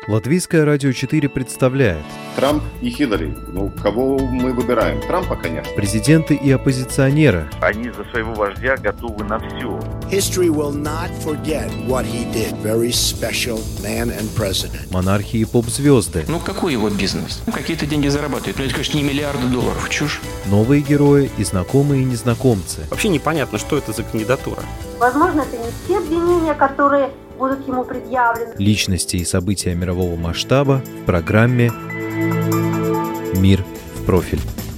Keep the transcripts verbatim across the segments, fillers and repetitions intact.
Латвийское радио четыре представляет Трамп и Хиллари. Ну, кого мы выбираем? Трампа, конечно. Президенты и оппозиционеры. Они за своего вождя готовы на все. History will not forget what he did. Very special man and president. Монархи и поп-звезды. Ну, какой его бизнес? Ну, какие-то деньги зарабатывают. Ну, это, конечно, не миллиарды долларов. Чушь. Новые герои и знакомые и незнакомцы. Вообще непонятно, что это за кандидатура. Возможно, это не те обвинения, которые будут ему предъявлены. Личности и события мирового масштаба в программе «Мир в профиль».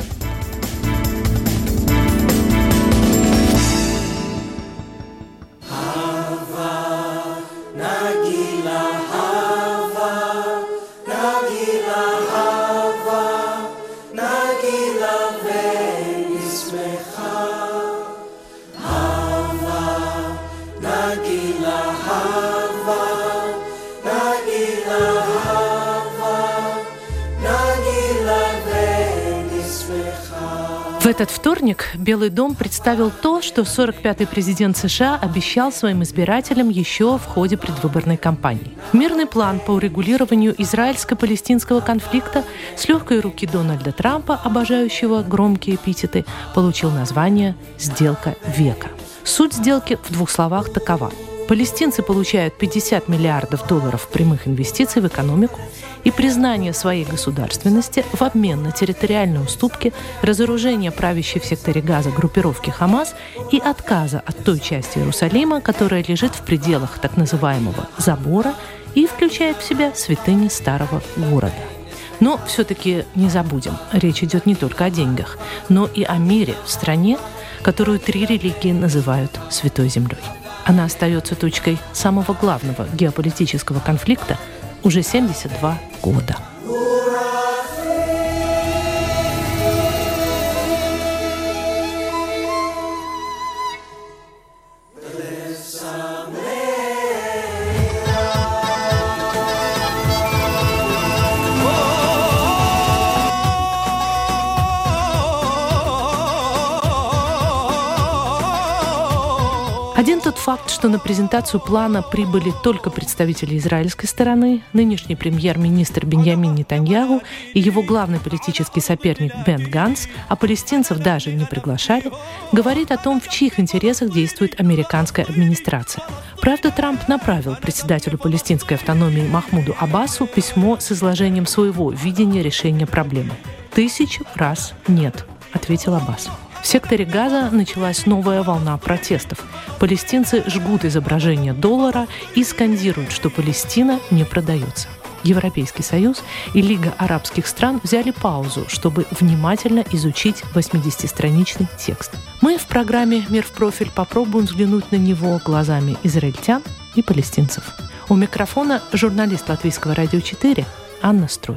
В этот вторник Белый дом представил то, что сорок пятый президент США обещал своим избирателям еще в ходе предвыборной кампании. Мирный план по урегулированию израильско-палестинского конфликта с легкой руки Дональда Трампа, обожающего громкие эпитеты, получил название «Сделка века». Суть сделки в двух словах такова. Палестинцы получают пятьдесят миллиардов долларов прямых инвестиций в экономику и признание своей государственности в обмен на территориальные уступки, разоружение правящей в секторе Газа группировки Хамас и отказа от той части Иерусалима, которая лежит в пределах так называемого «забора» и включает в себя святыни старого города. Но все-таки не забудем, речь идет не только о деньгах, но и о мире в стране, которую три религии называют Святой Землей. Она остается точкой самого главного геополитического конфликта уже семьдесят два года. Один тот факт, что на презентацию плана прибыли только представители израильской стороны, нынешний премьер-министр Биньямин Нетаньяху и его главный политический соперник Бен Ганц, а палестинцев даже не приглашали, говорит о том, в чьих интересах действует американская администрация. Правда, Трамп направил председателю палестинской автономии Махмуду Аббасу письмо с изложением своего видения решения проблемы. «Тысячу раз нет», — ответил Аббас. В секторе Газа началась новая волна протестов. Палестинцы жгут изображение доллара и скандируют, что Палестина не продается. Европейский Союз и Лига арабских стран взяли паузу, чтобы внимательно изучить восьмидесятистраничный текст. Мы в программе «Мир в профиль» попробуем взглянуть на него глазами израильтян и палестинцев. У микрофона журналист Латвийского радио четыре Анна Струй.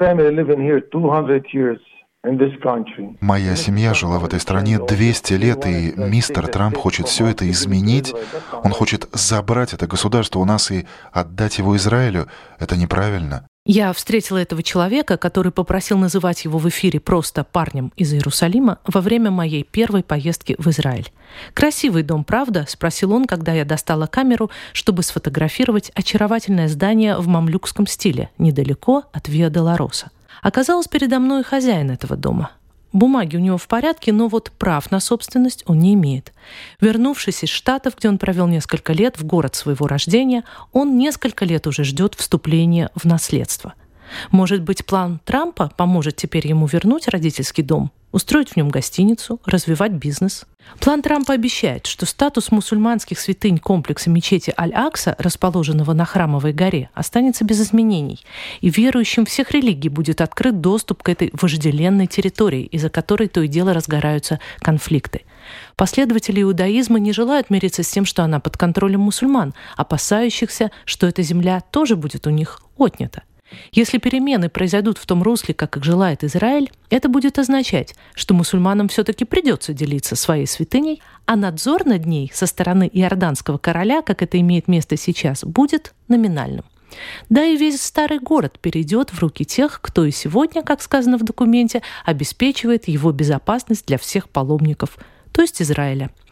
Моя семья жила в этой стране двести лет, и мистер Трамп хочет все это изменить. Он хочет забрать это государство у нас и отдать его Израилю. Это неправильно. Я встретила этого человека, который попросил называть его в эфире просто парнем из Иерусалима во время моей первой поездки в Израиль. «Красивый дом, правда?» – спросил он, когда я достала камеру, чтобы сфотографировать очаровательное здание в мамлюкском стиле, недалеко от Виа-Долороса. Оказалось, передо мной хозяин этого дома. Бумаги у него в порядке, но вот прав на собственность он не имеет. Вернувшись из Штатов, где он провел несколько лет, в город своего рождения, он несколько лет уже ждет вступления в наследство. Может быть, план Трампа поможет теперь ему вернуть родительский дом, устроить в нем гостиницу, развивать бизнес? План Трампа обещает, что статус мусульманских святынь комплекса мечети Аль-Акса, расположенного на Храмовой горе, останется без изменений, и верующим всех религий будет открыт доступ к этой вожделенной территории, из-за которой то и дело разгораются конфликты. Последователи иудаизма не желают мириться с тем, что она под контролем мусульман, опасающихся, что эта земля тоже будет у них отнята. Если перемены произойдут в том русле, как их желает Израиль, это будет означать, что мусульманам все-таки придется делиться своей святыней, а надзор над ней со стороны иорданского короля, как это имеет место сейчас, будет номинальным. Да и весь старый город перейдет в руки тех, кто и сегодня, как сказано в документе, обеспечивает его безопасность для всех паломников, то есть Израиля.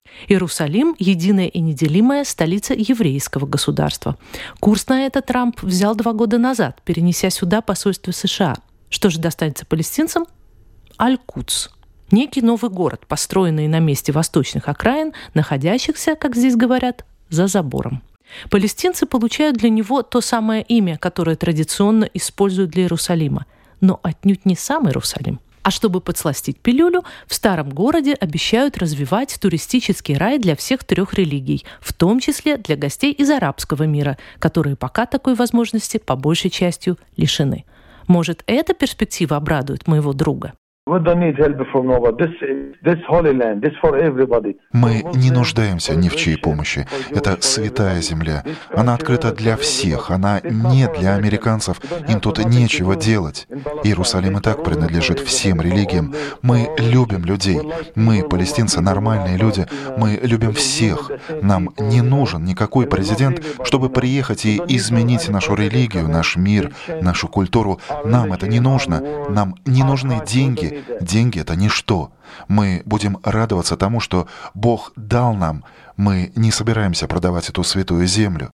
Иерусалим – единая и неделимая столица еврейского государства. Курс на это Трамп взял два года назад, перенеся сюда посольство США. Что же достанется палестинцам? Аль-Кудс. Некий новый город, построенный на месте восточных окраин, находящихся, как здесь говорят, за забором. Палестинцы получают для него то самое имя, которое традиционно используют для Иерусалима, но отнюдь не сам Иерусалим. А чтобы подсластить пилюлю, в старом городе обещают развивать туристический рай для всех трех религий, в том числе для гостей из арабского мира, которые пока такой возможности по большей частью лишены. Может, эта перспектива обрадует моего друга? Мы не нуждаемся ни в чьей помощи. Это святая земля. Она открыта для всех. Она не для американцев. Им тут нечего делать. Иерусалим и так принадлежит всем религиям. Мы любим людей. Мы, палестинцы, нормальные люди. Мы любим всех. Нам не нужен никакой президент, чтобы приехать и изменить нашу религию, наш мир, нашу культуру. Нам это не нужно. Нам не нужны деньги. Деньги — это ничто. Мы будем радоваться тому, что Бог дал нам. Мы не собираемся продавать эту святую землю.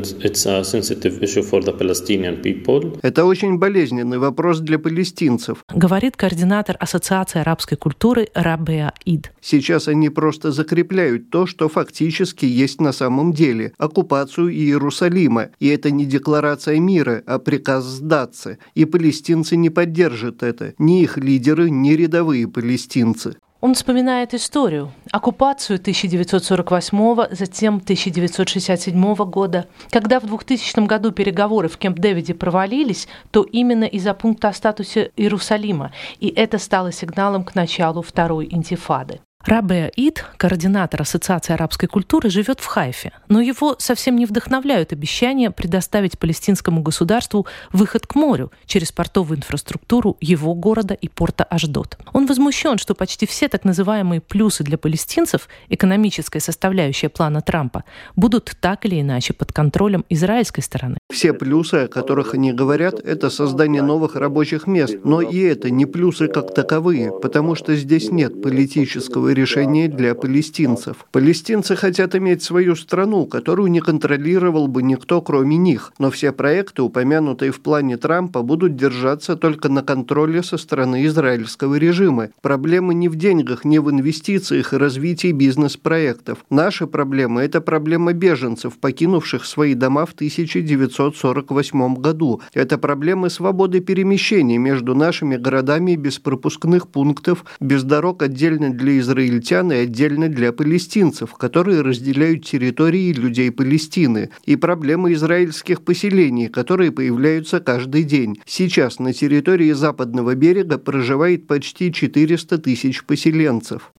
Это очень болезненный вопрос для палестинцев, говорит координатор Ассоциации арабской культуры Рабеа Ид. Сейчас они просто закрепляют то, что фактически есть на самом деле – оккупацию Иерусалима. И это не декларация мира, а приказ сдаться. И палестинцы не поддержат это. Ни их лидеры, ни рядовые палестинцы. Он вспоминает историю, оккупацию тысяча девятьсот сорок восьмого, затем тысяча девятьсот шестьдесят седьмого года. Когда в двухтысячном году переговоры в Кэмп-Дэвиде провалились, то именно из-за пункта о статусе Иерусалима, и это стало сигналом к началу второй интифады. Рабеа Ид, координатор Ассоциации арабской культуры, живет в Хайфе, но его совсем не вдохновляют обещания предоставить палестинскому государству выход к морю через портовую инфраструктуру его города и порта Ашдод. Он возмущен, что почти все так называемые плюсы для палестинцев, экономическая составляющая плана Трампа, будут так или иначе под контролем израильской стороны. Все плюсы, о которых они говорят, это создание новых рабочих мест, но и это не плюсы как таковые, потому что здесь нет политического решение для палестинцев. Палестинцы хотят иметь свою страну, которую не контролировал бы никто, кроме них. Но все проекты, упомянутые в плане Трампа, будут держаться только на контроле со стороны израильского режима. Проблема не в деньгах, не в инвестициях и развитии бизнес-проектов. Наши проблемы – это проблема беженцев, покинувших свои дома в тысяча девятьсот сорок восьмом году. Это проблемы свободы перемещения между нашими городами без пропускных пунктов, без дорог отдельно для израильтян и отдельно для палестинцев, которые разделяют территории людей Палестины, и проблемы израильских поселений, которые появляются каждый день. Сейчас на территории западного берега проживает почти четыреста тысяч поселенцев.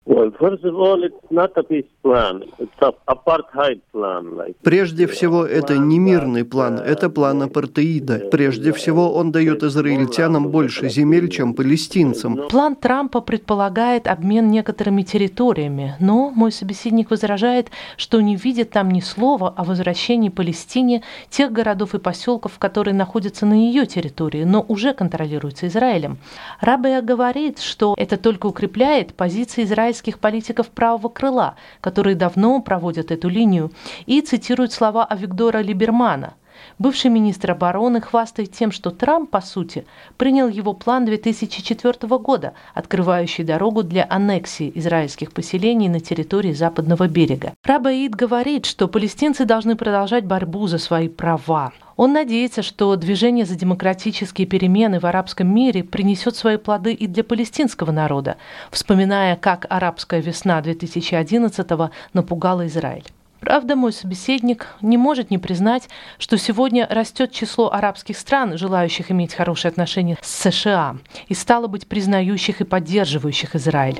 Прежде всего, это не мирный план, это план апартеида. Прежде всего, он дает израильтянам больше земель, чем палестинцам. План Трампа предполагает обмен некоторыми территориями, но мой собеседник возражает, что не видит там ни слова о возвращении Палестине тех городов и поселков, которые находятся на ее территории, но уже контролируются Израилем. Рабеа говорит, что это только укрепляет позиции израильских политиков правого крыла, которые давно проводят эту линию, и цитирует слова Авигдора Либермана. Бывший министр обороны хвастает тем, что Трамп, по сути, принял его план две тысячи четвёртого года, открывающий дорогу для аннексии израильских поселений на территории Западного берега. Рабеа Ид говорит, что палестинцы должны продолжать борьбу за свои права. Он надеется, что движение за демократические перемены в арабском мире принесет свои плоды и для палестинского народа, вспоминая, как арабская весна две тысячи одиннадцатого напугала Израиль. Правда, мой собеседник не может не признать, что сегодня растет число арабских стран, желающих иметь хорошие отношения с США, и, стало быть, признающих и поддерживающих Израиль.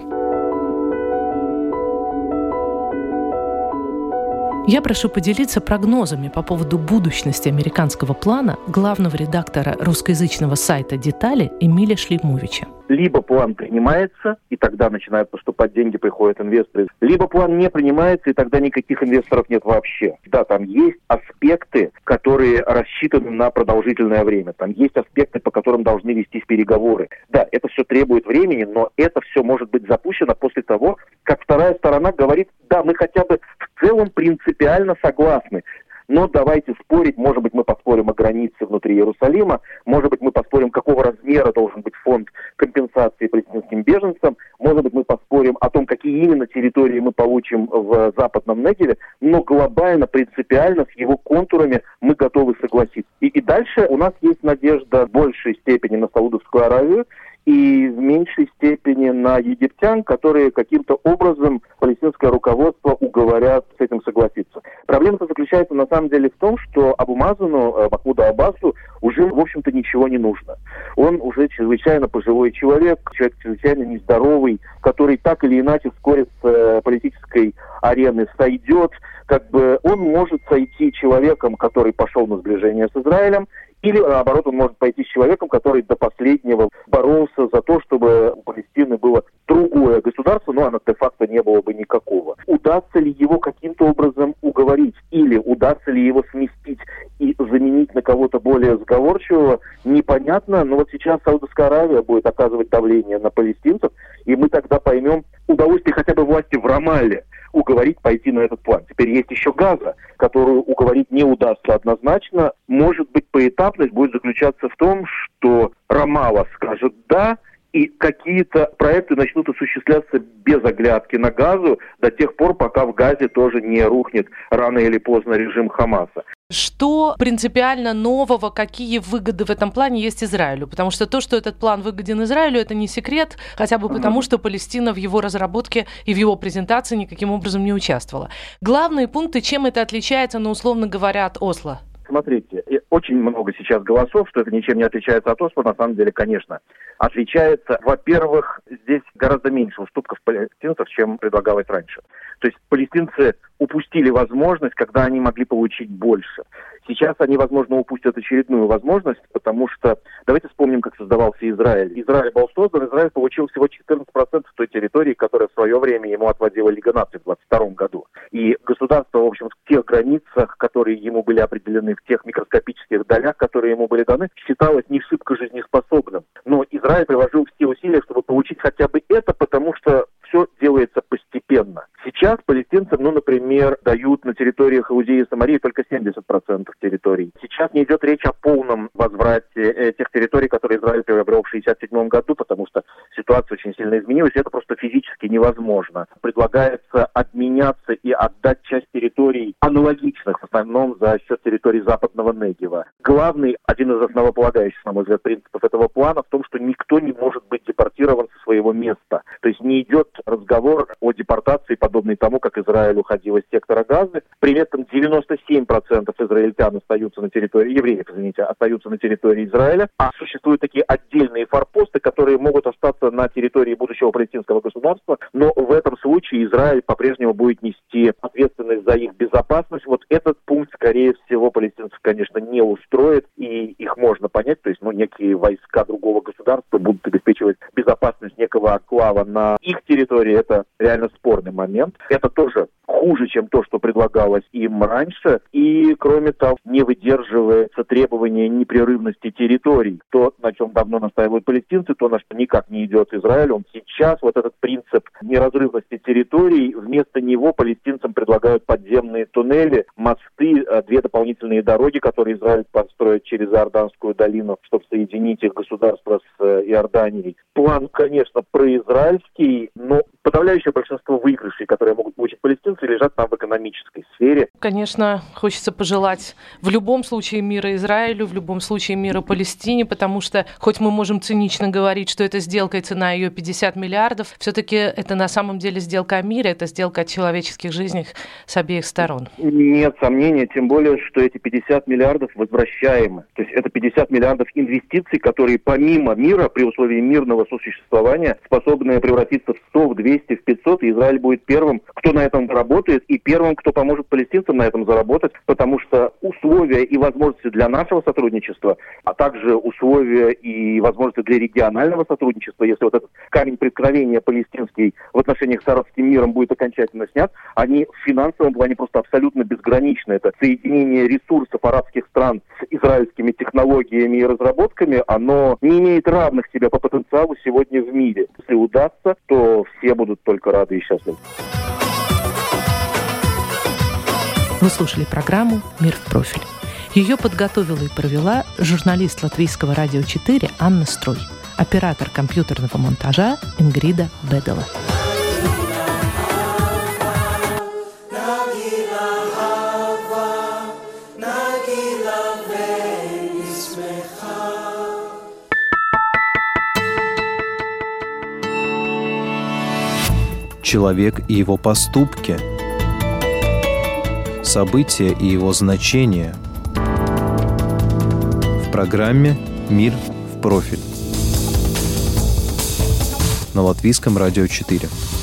Я прошу поделиться прогнозами по поводу будущности американского плана главного редактора русскоязычного сайта «Детали» Эмиля Шлеймовича. Либо план принимается, и тогда начинают поступать деньги, приходят инвесторы. Либо план не принимается, и тогда никаких инвесторов нет вообще. Да, там есть аспекты, которые рассчитаны на продолжительное время. Там есть аспекты, по которым должны вестись переговоры. Да, это все требует времени, но это все может быть запущено после того, как вторая сторона говорит, да, мы хотя бы в целом принципиально согласны, но давайте спорить, может быть, мы поспорим о границе внутри Иерусалима, может быть, мы поспорим, какого размера должен быть фонд компенсации палестинским беженцам, может быть, мы поспорим о том, какие именно территории мы получим в Западном Негеве, но глобально, принципиально, с его контурами мы готовы согласиться. И, и дальше у нас есть надежда в большей степени на Саудовскую Аравию, и в меньшей степени на египтян, которые каким-то образом палестинское руководство уговорят с этим согласиться. Проблема-то заключается на самом деле в том, что Абу Мазану, Махмуду Аббасу, уже, в общем-то, ничего не нужно. Он уже чрезвычайно пожилой человек, человек чрезвычайно нездоровый, который так или иначе вскоре с политической арены сойдет. Как бы он может сойти человеком, который пошел на сближение с Израилем, или, наоборот, он может пойти с человеком, который до последнего боролся за то, чтобы у Палестины было другое государство, но оно де-факто не было бы никакого. Удастся ли его каким-то образом уговорить, или удастся ли его сместить и заменить на кого-то более сговорчивого, непонятно. Но вот сейчас Саудовская Аравия будет оказывать давление на палестинцев, и мы тогда поймем, удалось ли хотя бы власти в Рамалле уговорить пойти на этот план. Теперь есть еще Газа, которую уговорить не удастся однозначно. Может быть, поэтапность будет заключаться в том, что Рамалла скажет «да», и какие-то проекты начнут осуществляться без оглядки на Газу до тех пор, пока в Газе тоже не рухнет рано или поздно режим Хамаса. Что принципиально нового, какие выгоды в этом плане есть Израилю? Потому что то, что этот план выгоден Израилю, это не секрет, хотя бы потому, что Палестина в его разработке и в его презентации никаким образом не участвовала. Главные пункты, чем это отличается, ну, условно говоря, от Осло? Смотрите, очень много сейчас голосов, что это ничем не отличается от Осло. На самом деле, конечно, отличается. Во-первых, здесь гораздо меньше уступков палестинцев, чем предлагалось раньше. То есть палестинцы упустили возможность, когда они могли получить больше. Сейчас они, возможно, упустят очередную возможность, потому что, давайте вспомним, как создавался Израиль. Израиль был создан, Израиль получил всего четырнадцать процентов той территории, которая в свое время ему отводила Лига наций в двадцать втором году. И государство, в общем, в тех границах, которые ему были определены, в тех микроскопических долях, которые ему были даны, считалось не шибко жизнеспособным. Но Израиль приложил все усилия, чтобы получить хотя бы это, потому что все делается постепенно. Сейчас палестинцам, ну, например, дают на территориях Иудеи и Самарии только семьдесят процентов территорий. Сейчас не идет речь о полном возврате тех территорий, которые Израиль приобрел в шестьдесят седьмом году, потому что ситуация очень сильно изменилась, и это просто физически невозможно. Предлагается обменяться и отдать часть территорий аналогичных, в основном за счет территорий Западного Негева. Главный, один из основополагающих, на мой взгляд, принципов этого плана в том, что никто не может быть депортирован со своего места. То есть не идет разговор о депортации, подобный тому, как Израиль уходил из сектора Газы. При этом девяносто семь процентов израильтян остаются на территории, евреев, извините, остаются на территории Израиля, а существуют такие отдельные форпосты, которые могут остаться на территории будущего палестинского государства, но в этом случае Израиль по-прежнему будет нести ответственность за их безопасность. Вот этот пункт, скорее всего, палестинцев, конечно, не устроит, и их можно понять, то есть, ну, некие войска другого государства будут обеспечивать безопасность некого анклава на их территории, это реально спорный момент. Это тоже хуже, чем то, что предлагалось им раньше, и, кроме того, не выдерживается требование непрерывности территорий. То, на чем давно настаивают палестинцы, то, на что никак не идет Израиль. Он сейчас, вот этот принцип неразрывности территорий, вместо него палестинцам предлагают подземные туннели, мосты, две дополнительные дороги, которые Израиль построит через Иорданскую долину, чтобы соединить их государство с Иорданией. План, конечно, произраильский, но подавляющее большинство выигрышей, которые могут получить палестинцы, лежат там в экономической сфере. Конечно, хочется пожелать в любом случае мира Израилю, в любом случае мира Палестине, потому что, хоть мы можем цинично говорить, что эта сделка и цена ее пятьдесят миллиардов, все-таки это на самом деле сделка о мире, это сделка о человеческих жизнях с обеих сторон. Нет сомнения, тем более, что эти пятьдесят миллиардов возвращаемы. То есть это пятьдесят миллиардов инвестиций, которые помимо мира, при условии мирного сосуществования, способны превратиться в сто, в двести, в пятьсот, и Израиль будет первым, кто на этом заработает, и первым, кто поможет палестинцам на этом заработать, потому что условия и возможности для нашего сотрудничества, а также условия и возможности для регионального сотрудничества, если вот этот камень преткновения палестинский в отношениях с арабским миром будет окончательно снят, они в финансовом плане просто абсолютно безграничны. Это соединение ресурсов арабских стран с израильскими технологиями и разработками, оно не имеет равных себе по потенциалу сегодня в мире. Если удастся, то все будут только рады и счастливы. Вы слушали программу «Мир в профиль». Ее подготовила и провела журналист Латвийского радио четыре Анна Строй, оператор компьютерного монтажа Ингрида Бедела. Человек и его поступки, события и его значения в программе «Мир в профиль» на Латвийском радио четыре.